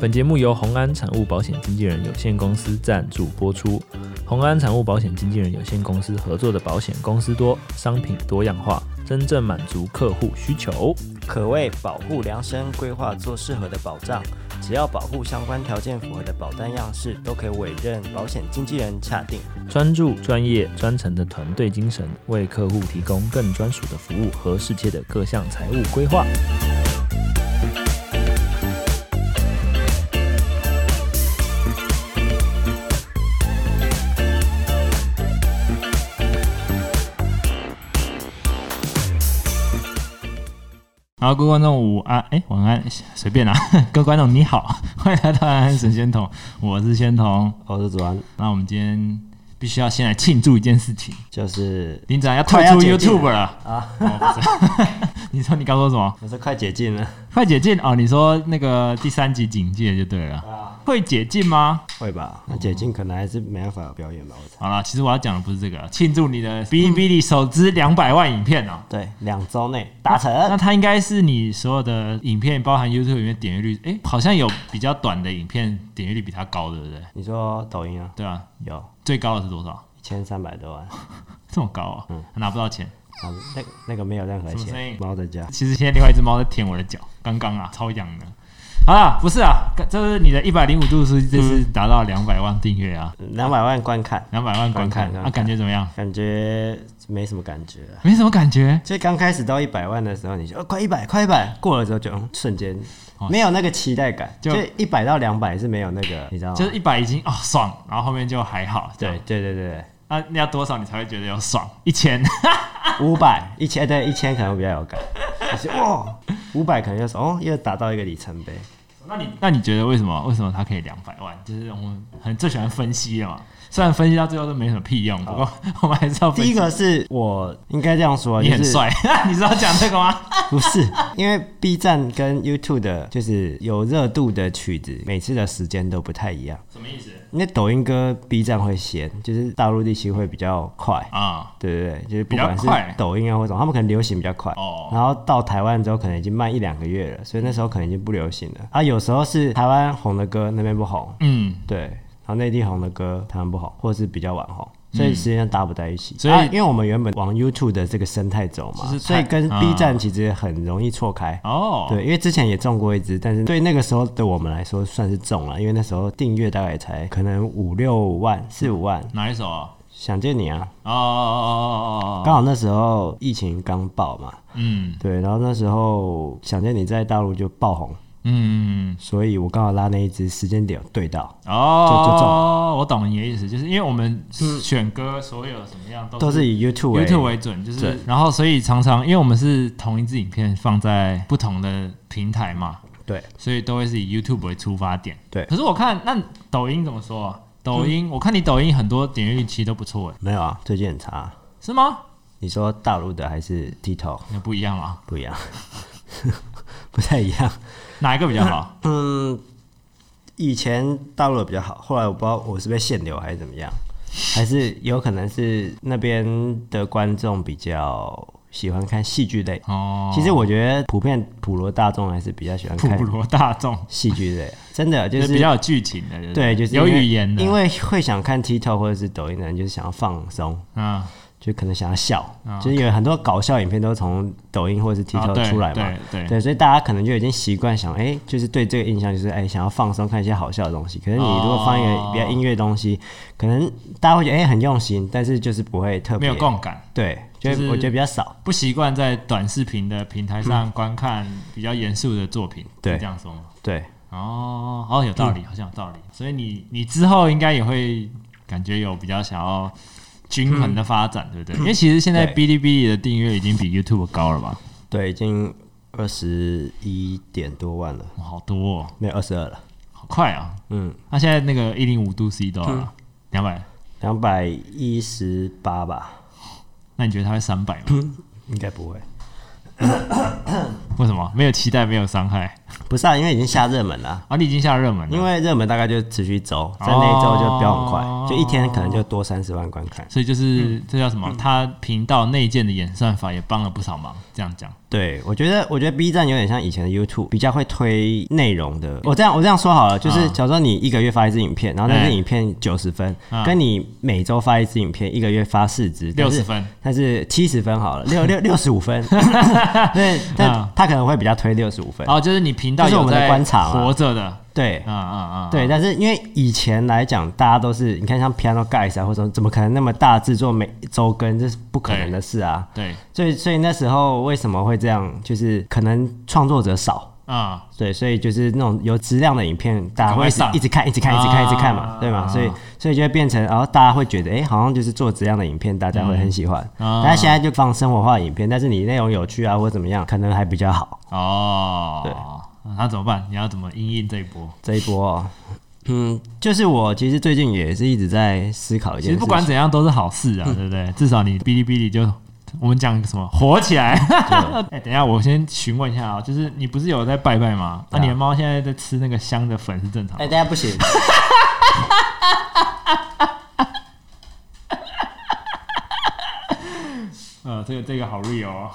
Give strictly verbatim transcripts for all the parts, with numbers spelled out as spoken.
本节目由宏安产物保险经纪人有限公司赞助播出。宏安产物保险经纪人有限公司合作的保险公司多，商品多样化，真正满足客户需求， 可为保护量身规划做适合的保障。只要保护相关条件符合的保单样式，都可以委任保险经纪人洽定。 专注、专业、专诚的团队精神，为客户提供更专属的服务和适切的各项财务规划。好，各位观众午安，哎，晚安，随便啦。各位观众你好，欢迎来到安安神仙桶，我是仙桶， 我是祖安。 那我们今天必须要先来庆祝一件事情， 就是林长要退出 YouTube 了啊！ 哦、不是你说你刚说什么？ 我说快解禁了， 快解禁哦！你说那个第三级警戒就对了。啊会解禁吗？ 会吧，那解禁可能还是没办法表演吧。我好啦，其实我要讲的不是这个，庆祝你的哔哩哔哩首支两百万影片哦、喔。 对，两周内达成。 那它应该是你所有的影片，包含 YouTube 里面点阅率，哎、欸，好像有比较短的影片点阅率比它高，对不对？ 你说抖音啊？ 对啊， 有。 最高的是多少？ 一千三百多万， 这么高啊？嗯，拿不到钱。 啊，那那个没有任何钱。猫在家。 其实现在另外一只猫在舔我的脚，刚刚啊，超痒的。好啦，不是啊，这是你的一百零五度 C， 这是达到两百万订阅啊， 两百万观看， 两百万观看，那、啊、感觉怎么样？ 感觉没什么感觉、啊， 没什么感觉。 所以刚开始到一百万的时候，你就、哦、快一百，快一百，过了之后就、嗯、瞬间没有那个期待感，就一百到两百是没有那个，你知道吗？ 就是一百已经哦爽，然后后面就还好。 对对对对。 那、啊、你要多少你才会觉得有爽？一千、 五百、一千，对，一千可能比较有感。哇，五百可能就是哦，又达到一个里程碑。 那你那你觉得为什么为什么它可以两百万？就是我们很最喜欢分析的嘛。虽然分析到最后都没什么屁用，不过我们还是要分析。 第一个是我应该这样说， 你很帅，就是、你是要讲这个吗？ 不是，因为 B 站跟 YouTube 的，就是有热度的曲子，每次的时间都不太一样。 什么意思？ 因为抖音歌 B 站会先，就是大陆地区会比较快啊， 对对对，就是不管是抖音啊或者他们可能流行比较快， 哦， 然后到台湾之后可能已经慢一两个月了，所以那时候可能已经不流行了。啊，有时候是台湾红的歌那边不红，嗯，对，然后内地红的歌台湾不红，或者是比较晚红。所以时间搭不在一起，所以、啊、因为我们原本往 YouTube 的这个生态走嘛，所以跟 B 站其实很容易错开哦。对，因为之前也中过一支，但是对那个时候的我们来说算是中了，因为那时候订阅大概才可能五六万、四五万。 哪一首啊？ 想见你啊！ 哦哦哦哦哦！ 刚好那时候疫情刚爆嘛，嗯，对，然后那时候想见你在大陆就爆红。嗯，所以我刚好拉那一支时间点有对到哦，就就中了。我懂你的意思，就是因为我们选歌所有怎么样都是都是以 YouTube 为 YouTube 为准，就是然后所以常常因为我们是同一支影片放在不同的平台嘛， 对， 所以都会是以 YouTube 为出发点。 对， 可是我看那抖音怎么说啊？抖音、嗯、我看你抖音很多点阅率其实都不错哎。 没有啊，最近很差。 是吗？ 你说大陆的还是 TikTok？ 那不一样啊， 不一样，不太一样。 哪一个比较好？ 嗯，以前大陆的比较好，后来我不知道我是被限流还是怎么样，还是有可能是那边的观众比较喜欢看戏剧类。哦，其实我觉得普遍普罗大众还是比较喜欢看普罗大众戏剧类，真的就是比较有剧情的，就是、 对，就是有语言的。 因为会想看 TikTok 或者是抖音的人，就是想要放松。嗯。就可能想要笑，哦、就是有很多搞笑影片都从抖音或者是 TikTok、哦、出来嘛， 对 对, 对，所以大家可能就已经习惯想，哎、欸，就是对这个印象就是，哎、欸，想要放松看一些好笑的东西。可是你如果放一个比较音乐的东西，哦、可能大家会觉得哎、欸、很用心，但是就是不会特别没有共感， 对，就是我觉得比较少， 不习惯在短视频的平台上观看比较严肃的作品，对、嗯，这样说吗？ 对， 哦，哦，有道理，嗯、好像有道理。所以你你之后应该也会感觉有比较想要均衡的发展，嗯、对不对？因为其实现在哔哩哔哩的订阅已经比 YouTube 高了吧？ 对，已经二十一点多万了， 好多哦， 没有二十二了， 好快啊！嗯，那现在那个一零五度 C 多少了？两百， 两百一十八吧？ 那你觉得它会三百吗？ 应该不会。 为什么？没有期待，没有伤害。 不是啊，因为已经下热门了。 啊，你已经下热门了。 因为热门大概就持续一周，在那一周就飙很快，哦、就一天可能就多三十万观看。 所以就是、嗯、这叫什么？他频道内建的演算法也帮了不少忙。这样讲， 对我觉得，我觉得 B 站有点像以前的 YouTube， 比较会推内容的。我这样我这样说好了，就是假如说你一个月发一支影片，然后那支影片九十分、嗯，跟你每周发一支影片，一个月发四支， 六十分， 但是七十分好了，六六六十五分，对，但他可能会比较推六十五分。 哦，就是你频道有在活着的。 对，嗯嗯嗯，对，但是因为以前来讲，大家都是你看像 Piano Guys 啊，或者怎么可能那么大制作每周更，这是不可能的事啊。 对， 所以所以那时候为什么会这样？就是可能创作者少啊、嗯，对，所以就是那种有质量的影片，大家会一直看、一直看、一直看、一直看嘛，啊、对吗？所以所以就会变成，然后大家会觉得，哎、欸，好像就是做质量的影片，大家会很喜欢。嗯、但是现在就放生活化的影片，但是你内容有趣啊，或怎么样，可能还比较好。哦，对。 那、啊、怎么办？你要怎么因应这一波？ 这一波、哦，嗯，就是我其实最近也是一直在思考一件事情。 其实不管怎样都是好事啊，嗯、对不对？至少你哔哩哔哩就我们讲什么火起来。哎、欸，等一下，我先询问一下啊，就是你不是有在拜拜吗？那、啊啊、你的猫现在在吃那个香的粉是正常的？ 哎、欸，等一下不行。 呃，这个这个好 real 哦。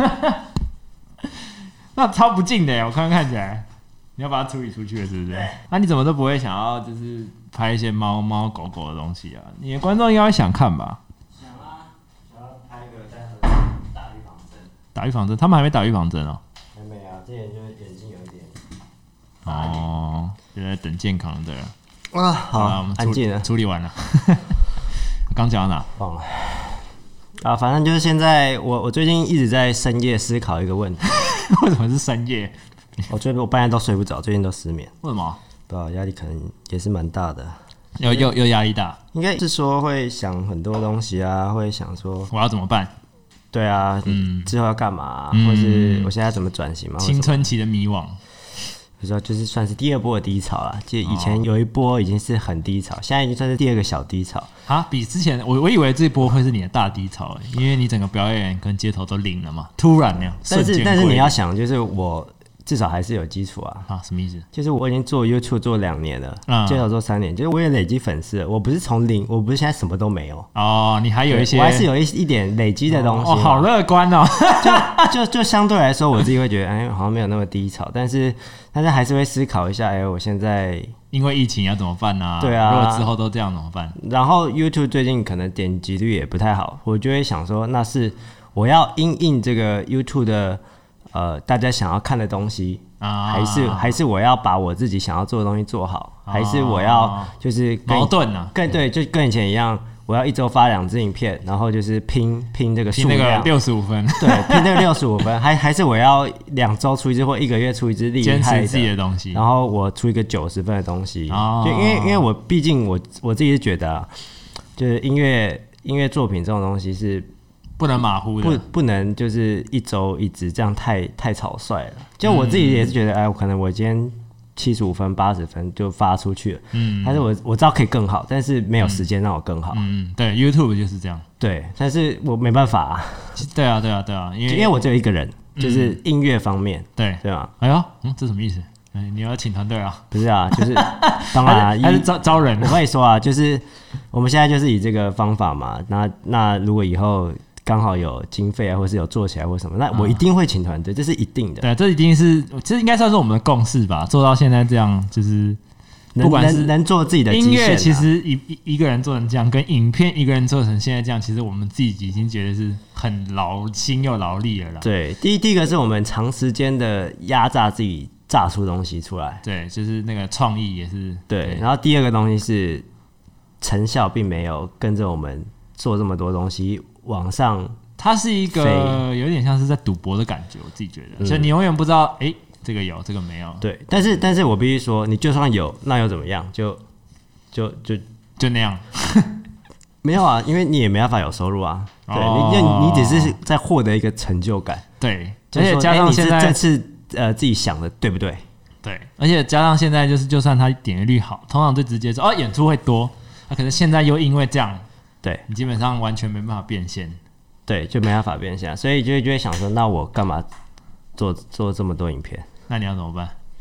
那超不近的耶，我刚刚看起来，你要把它处理出去了，是不是？那、啊、你怎么都不会想要就是拍一些猫猫狗狗的东西啊？你的观众应该会想看吧？ 想啊，想要拍一个在打预防针。 打预防针，他们还没打预防针哦。 还没啊，之前就是眼睛有一点。 哦，就在等健康的。 啊，好，好我们安静了， 处理完了。刚讲到哪？ 忘了。啊，反正就是现在我，我最近一直在深夜思考一个问题。 为什么是深夜？ 我最近我半夜都睡不着，最近都失眠。 为什么？ 不知道，压力可能也是蛮大的。 又又又压力大？应该是说会想很多东西啊，会想说我要怎么办？ 对啊，嗯，之后要干嘛、啊嗯？或是我现在怎么转型嘛？ 青春期的迷惘。 不知道，就是算是第二波的低潮啦。就以前有一波已经是很低潮，现在已经算是第二个小低潮。 啊，比之前我我以为这波会是你的大低潮，因为你整个表演跟街头都零了嘛，突然那样。 但是但是你要想，就是我至少还是有基础啊。 啊，什么意思？ 就是我已经做 YouTube 做两年了，嗯、街头做三年，就是我也累积粉丝了。我不是从零，我不是现在什么都没有。 哦，你还有一些， 我还是有一一点累积的东西。 哦，好乐观哦。 就就就相对来说，我自己会觉得，哎，好像没有那么低潮，但是但是还是会思考一下，哎，我现在。 因为疫情要怎么办啊？ 对啊， 如果之后都这样怎么办？ 然后 YouTube 最近可能点击率也不太好，我就会想说，那是我要因应这个 YouTube 的呃大家想要看的东西，啊、还是还是我要把我自己想要做的东西做好，啊、还是我要就是矛盾啊？ 跟对，就跟以前一样。我要一周发两支影片，然后就是拼拼这个数量， 拼那个六十五分， 对，拼那个六十五分，还还是我要两周出一支或一个月出一支厉害的， 坚持自己的东西， 然后我出一个九十分的东西，哦、就因为因为我毕竟我我自己是觉得、啊，就是音乐音乐作品这种东西是不能马虎的， 不不能就是一周一支，这样太太草率了。就我自己也是觉得，哎、嗯，可能我今天。七十五分、八十分就发出去了，嗯，但是我我知道可以更好，但是没有时间让我更好， 嗯，对 ，YouTube 就是这样， 对，但是我没办法、啊， 对啊，对啊，对啊，因为因为我只有一个人，就是音乐方面， 嗯、对对吧？ 哎呦，嗯，这什么意思？哎，你要请团队啊？ 不是啊，就是当然、啊、 还是, 还是招招人。 我跟你说啊，就是我们现在就是以这个方法嘛，那那如果以后。刚好有经费啊，或是有做起来或什么，那我一定会请团队、嗯，这是一定的。 对，这一定是，这应该算是我们的共识吧。做到现在这样，就是不管是能, 能, 能做自己的极限、啊、 音乐，其实一一个人做成这样，跟影片一个人做成现在这样，其实我们自己已经觉得是很劳心又劳力了啦。 对，第一第一个是我们长时间的压榨自己，榨出东西出来。 对，就是那个创意也是对, 对。然后第二个东西是成效并没有跟着我们做这么多东西。往上， 它是一个有点像是在赌博的感觉，我自己觉得，嗯、所以你永远不知道，哎、欸，这个有，这个没有。 对，但是但是我必须说，你就算有，那又怎么样？就就就就那样， 没有啊，因为你也没办法有收入啊。对，哦、你你只是在获得一个成就感。 对， 而且加上现在、 欸、这次呃自己想的对不对？ 对，而且加上现在就是，就算他点击率好，通常最直接说哦演出会多，那、啊、可是现在又因为这样。 对， 你基本上完全没办法变现， 对，就没办法变现，所以就就会想说，那我干嘛做做这么多影片？ 那你要怎么办？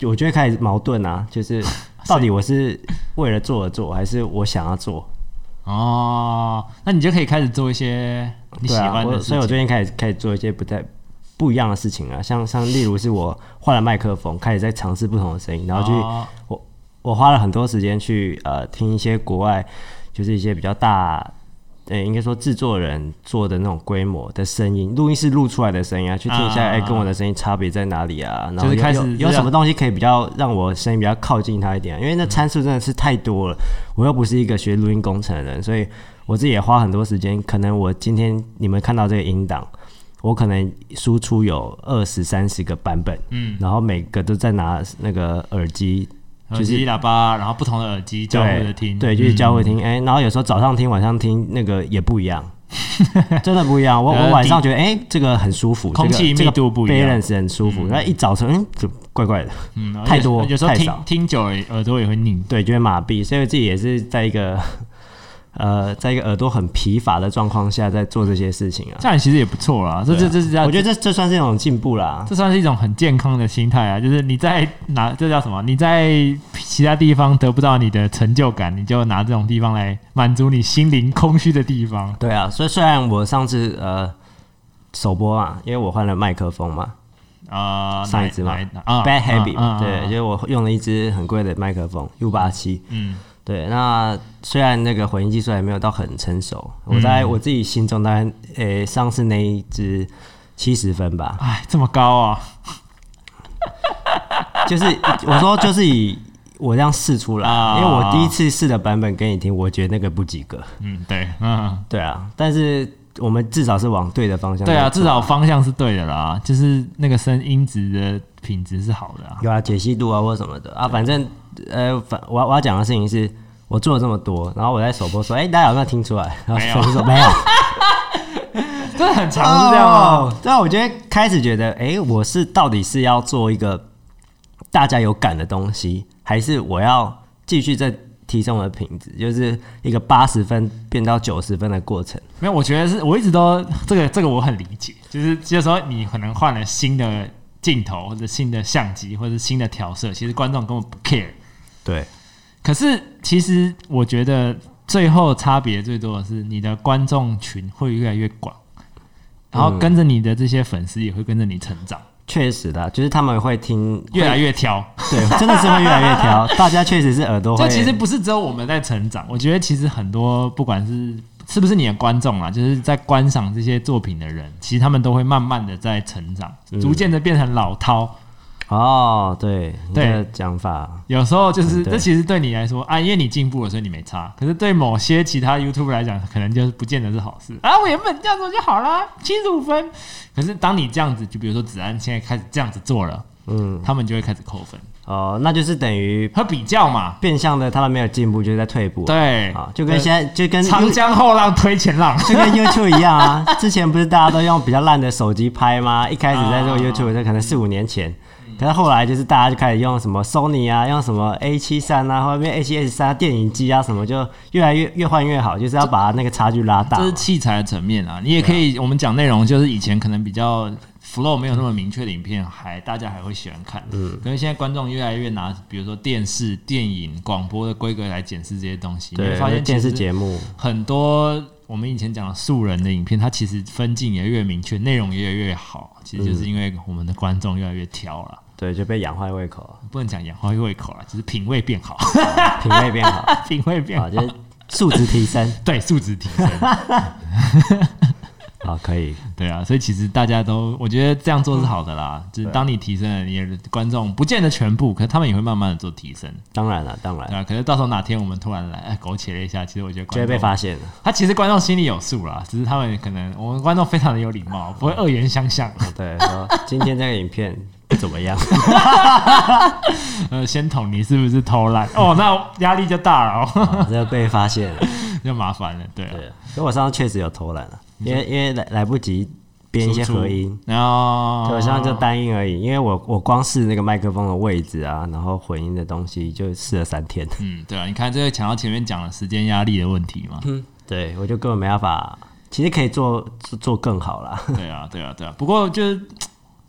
我就会开始矛盾啊，就是到底我是为了做而做，还是我想要做？ 哦，那你就可以开始做一些你喜欢的事情。 啊、所以我最近开始开始做一些不太不一样的事情啊，像像例如是我换了麦克风，开始在尝试不同的声音，然后去、哦、我我花了很多时间去呃听一些国外就是一些比较大。呃，应该说制作人做的那种规模的声音，录音室录出来的声音啊，去听一下，哎、啊欸，跟我的声音差别在哪里啊？然后就是开始有, 有, 有什么东西可以比较让我声音比较靠近它一点、啊？因为那参数真的是太多了，我又不是一个学录音工程的人，所以我自己也花很多时间。可能我今天你们看到这个音档，我可能输出有二十三十个版本，嗯，然后每个都在拿那个耳机。 耳机喇叭，然后不同的耳机交互的听， 对，就是交互听，哎、嗯欸，然后有时候早上听、晚上听，那个也不一样，真的不一样。我我晚上觉得，哎、欸，这个很舒服， 空气密度不一样 ，balance 很舒服。那、嗯、一早晨，嗯，就怪怪的，嗯，太多， 有时候听听久了耳朵也会腻， 对，就会麻痹。所以我自己也是在一个。呃，在一个耳朵很疲乏的状况下，在做这些事情啊， 这样其实也不错啦。这这这是， 我觉得这这算是一种进步啦。 这算是一种很健康的心态啊，就是你在拿这叫什么？你在其他地方得不到你的成就感，你就拿这种地方来满足你心灵空虚的地方。 对啊，所以虽然我上次呃首播嘛，因为我换了麦克风嘛，啊、呃，上一支嘛、啊、，Bad Habit，、啊、对，就是我用了一支很贵的麦克风 U 八七，嗯。对，那虽然那个混音技术还没有到很成熟，我在我自己心中大概，诶、欸，上次那一支七十分吧。 哎，这么高啊！ 就是我说，就是以我这样试出来、啊，因为我第一次试的版本给你听，我觉得那个不及格。 嗯，对，嗯， 对啊，但是我们至少是往对的方向。 对啊，至少方向是对的啦，就是那个声音质的品质是好的啊。 有啊，解析度啊或什么的啊，反正。呃，反我要我要讲的事情是，我做了这么多，然后我在首播说，哎、欸，大家有没有听出来？然后粉丝说没有， 真的很常是这样哦。 对啊，我觉得开始觉得，哎、欸，我是到底是要做一个大家有感的东西，还是我要继续再提升我的品质，就是一个八十分变到九十分的过程？ 没有，我觉得是我一直都这个这个我很理解，就是就是说你可能换了新的镜头或者新的相机或者新的调色，其实观众根本不 care。 对， 可是其实我觉得最后差别最多的是你的观众群会越来越广，然后跟着你的这些粉丝也会跟着你成长。 确实的，就是他们会听越来越挑， 对，真的是会越来越挑。大家确实是耳朵会， 这其实不是只有我们在成长，我觉得其实很多不管是是不是你的观众啦，就是在观赏这些作品的人，其实他们都会慢慢的在成长，嗯、逐渐的变成老饕。 哦，对，对，讲法有时候就是、嗯、这其实对你来说啊，因为你进步了，所以你没差。可是对某些其他 YouTuber 来讲，可能就是不见得是好事啊。我原本这样做就好啦，七十五分。可是当你这样子，就比如说子安现在开始这样子做了，嗯，他们就会开始扣分。 哦，那就是等于和比较嘛， 变相的他们没有进步，就是在退步。 对啊，就跟现在就跟长江后浪推前浪， 就跟 YouTube 一样啊。之前不是大家都用比较烂的手机拍吗？一开始在做 YouTube， 这可能四五年前。可是后来就是大家就开始用什么 Sony 啊，用什么 A 七十三 啊，后面 A 七 S 三 电影机啊什么，就越来越越换越好，就是要把那个差距拉大。 这是器材的层面啊，你也可以，我们讲内容就是以前可能比较 flow 没有那么明确的影片，还大家还会喜欢看。嗯，可是现在观众越来越拿，比如说电视、电影、广播的规格来检视这些东西，你会发现电视节目很多。我们以前讲的素人的影片，它其实分镜也越明确，内容也越来越好，其实就是因为我们的观众越来越挑了。 对，就被养坏胃口了。 不能讲养坏胃口了，只是品味变好， 品味变好， 品味变好， 就是素质提升。 对，素质提升。 好，可以。 对啊，所以其实大家都，我觉得这样做是好的啦。嗯、就是当你提升了，你的观众不见得全部，可是他们也会慢慢的做提升。 当然了，当然。 对啊，可是到时候哪天我们突然来哎苟且了一下，其实我觉得观众就会被发现了。 他其实观众心里有数啦，只是他们可能我们观众非常的有礼貌，不会恶言相向。 对，说今天这个影片不怎么样。 呃，先捅你是不是偷懒？哦，那压力就大了哦。 这被发现了， 就麻烦了。对啊， 对。可我上次确实有偷懒了。因为因为来来不及编一些合音， 然后我现在就单音而已。因为我我光试那个麦克风的位置啊，然后混音的东西就试了三天。 嗯，对啊，你看这个讲到前面讲了时间压力的问题嘛。 嗯，对，我就根本没办法，其实可以做做更好啦。 对啊，对啊，对啊。不过就是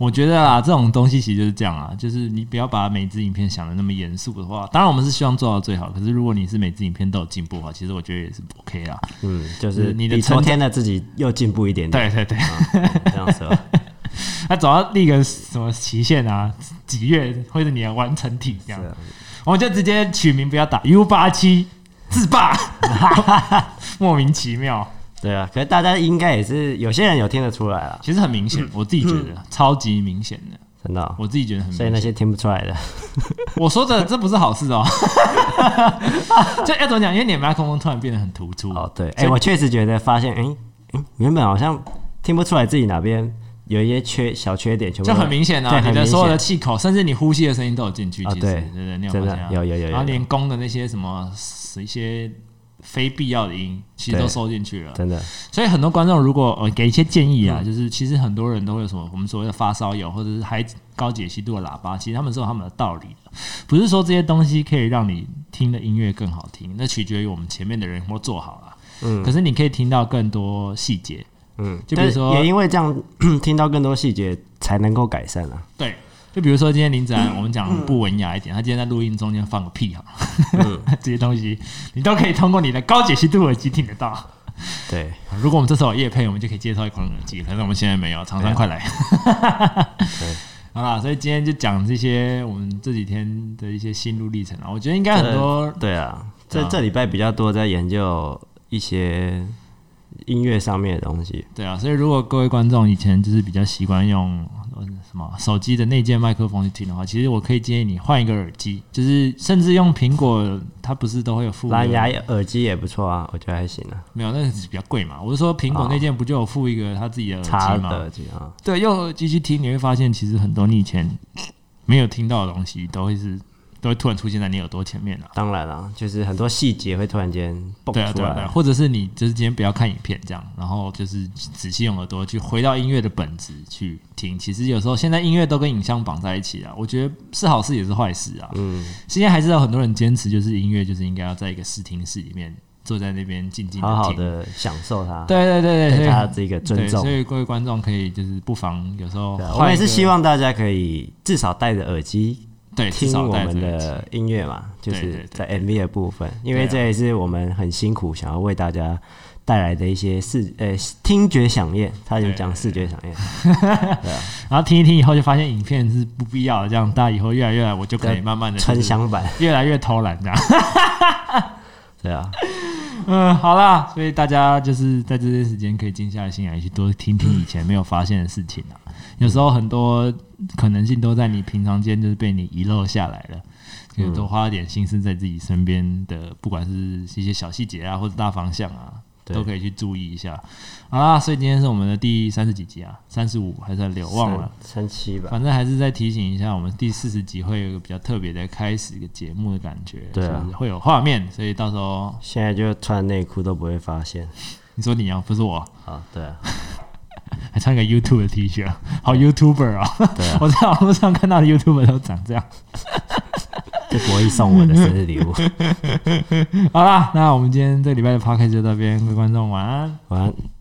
我觉得啦，这种东西其实就是这样啊，就是你不要把每支影片想的那么严肃的话，当然我们是希望做到最好，可是如果你是每支影片都有进步的话，其实我觉得也是 OK 啦。 嗯，就是你的比昨天的自己又进步一点点。 对对对， 嗯、这样说。 他总要立个什么期限啊，几月或者你的完成体这样，啊、我们就直接取名不要打 U 八七自霸，莫名其妙。 对啊，可是大家应该也是有些人有听得出来啦， 其实很明显，我自己觉得、嗯、超级明显的， 真的、哦， 我自己觉得很明显。 所以那些听不出来的， 我说的这不是好事哦。就要怎么讲？因为你的麦克风突然变得很突出。 哦，对，哎、欸，我确实觉得发现，哎、欸欸，原本好像听不出来自己哪边有一些缺小缺点，全部就很明显啊。你的所有的气口，甚至你呼吸的声音都有进去。其实， 哦、对对对，你有发现？有有有有。 然后连公的那些什么一些非必要的音，其实都收进去了。 真的。 所以很多观众如果呃给一些建议啊，嗯、就是其实很多人都会有什么我们所谓的发烧友，或者是还高解析度的喇叭，其实他们是有他们的道理的。不是说这些东西可以让你听的音乐更好听，那取决于我们前面的人有没有做好了。嗯。可是你可以听到更多细节。嗯，就比如说， 也因为这样听到更多细节，才能够改善啊。 对，就比如说今天林子安，我们讲不文雅一点，他今天在录音中间放个屁哈，嗯、这些东西你都可以通过你的高解析度耳机听得到。 对， 如果我们这时候有业配，我们就可以介绍一款耳机，可是我们现在没有，厂商快来。对，好啦，所以今天就讲这些我们这几天的一些心路历程啊，我觉得应该很多。 对啊，这这礼拜比较多在研究一些音乐上面的东西。 对啊，所以如果各位观众以前就是比较习惯用什么手机的内建麦克风去听的话，其实我可以建议你换一个耳机，就是甚至用苹果，它不是都会有附蓝牙耳机也不错啊，我觉得还行啊。 没有，那是比较贵嘛。我是说苹果内建不就有附一个它自己的耳机吗？ 耳机啊， 对，用耳机去听，你会发现其实很多你以前没有听到的东西，都会是。都会突然出现在你耳朵前面了。 当然了，就是很多细节会突然间蹦出来。 对啊，对啊，或者是你就是今天不要看影片这样，然后就是仔细用耳朵去回到音乐的本质去听。其实有时候现在音乐都跟影像绑在一起啊，我觉得是好事也是坏事啊。嗯，现在还是有很多人坚持，就是音乐就是应该要在一个视听室里面坐在那边静静的听， 好好的享受它。 对对对对， 对它这个尊重。 所以各位观众可以就是不妨有时候， 我们也是希望大家可以至少戴着耳机。 对， 听我们的音乐嘛，就是在 M V 的部分，对对对，因为这也是我们很辛苦想要为大家带来的一些视呃听觉响应，他就讲视觉响应，对啊， 然后听一听以后就发现影片是不必要的，这样大家以后越来越来，我就可以慢慢的穿箱版， 越来越偷懒这样， 对啊。 嗯，好啦，所以大家就是在这些时间可以静下心来去多听听以前没有发现的事情啊。有时候很多可能性都在你平常间就是被你遗漏下来了，就多花点心思在自己身边的，不管是一些小细节啊，或者大方向啊，都可以去注意一下。好啦，所以今天是我们的第三十几集啊，三十五还是六，忘了三七吧。 反正还是再提醒一下，我们第四十集会有一个比较特别的开始一个节目的感觉， 对啊， 会有画面，所以到时候现在就穿内裤都不会发现。 你说你啊，不是我啊？对啊。 还穿个 YouTube 的 T 恤，好 YouTuber 啊！ 对啊， 我在网络上看到的 YouTuber 都长这样。 这博弈送我的生日礼物。 好啦，那我们今天这个礼拜的 Podcast 就到这边，各位观众晚安， 晚安。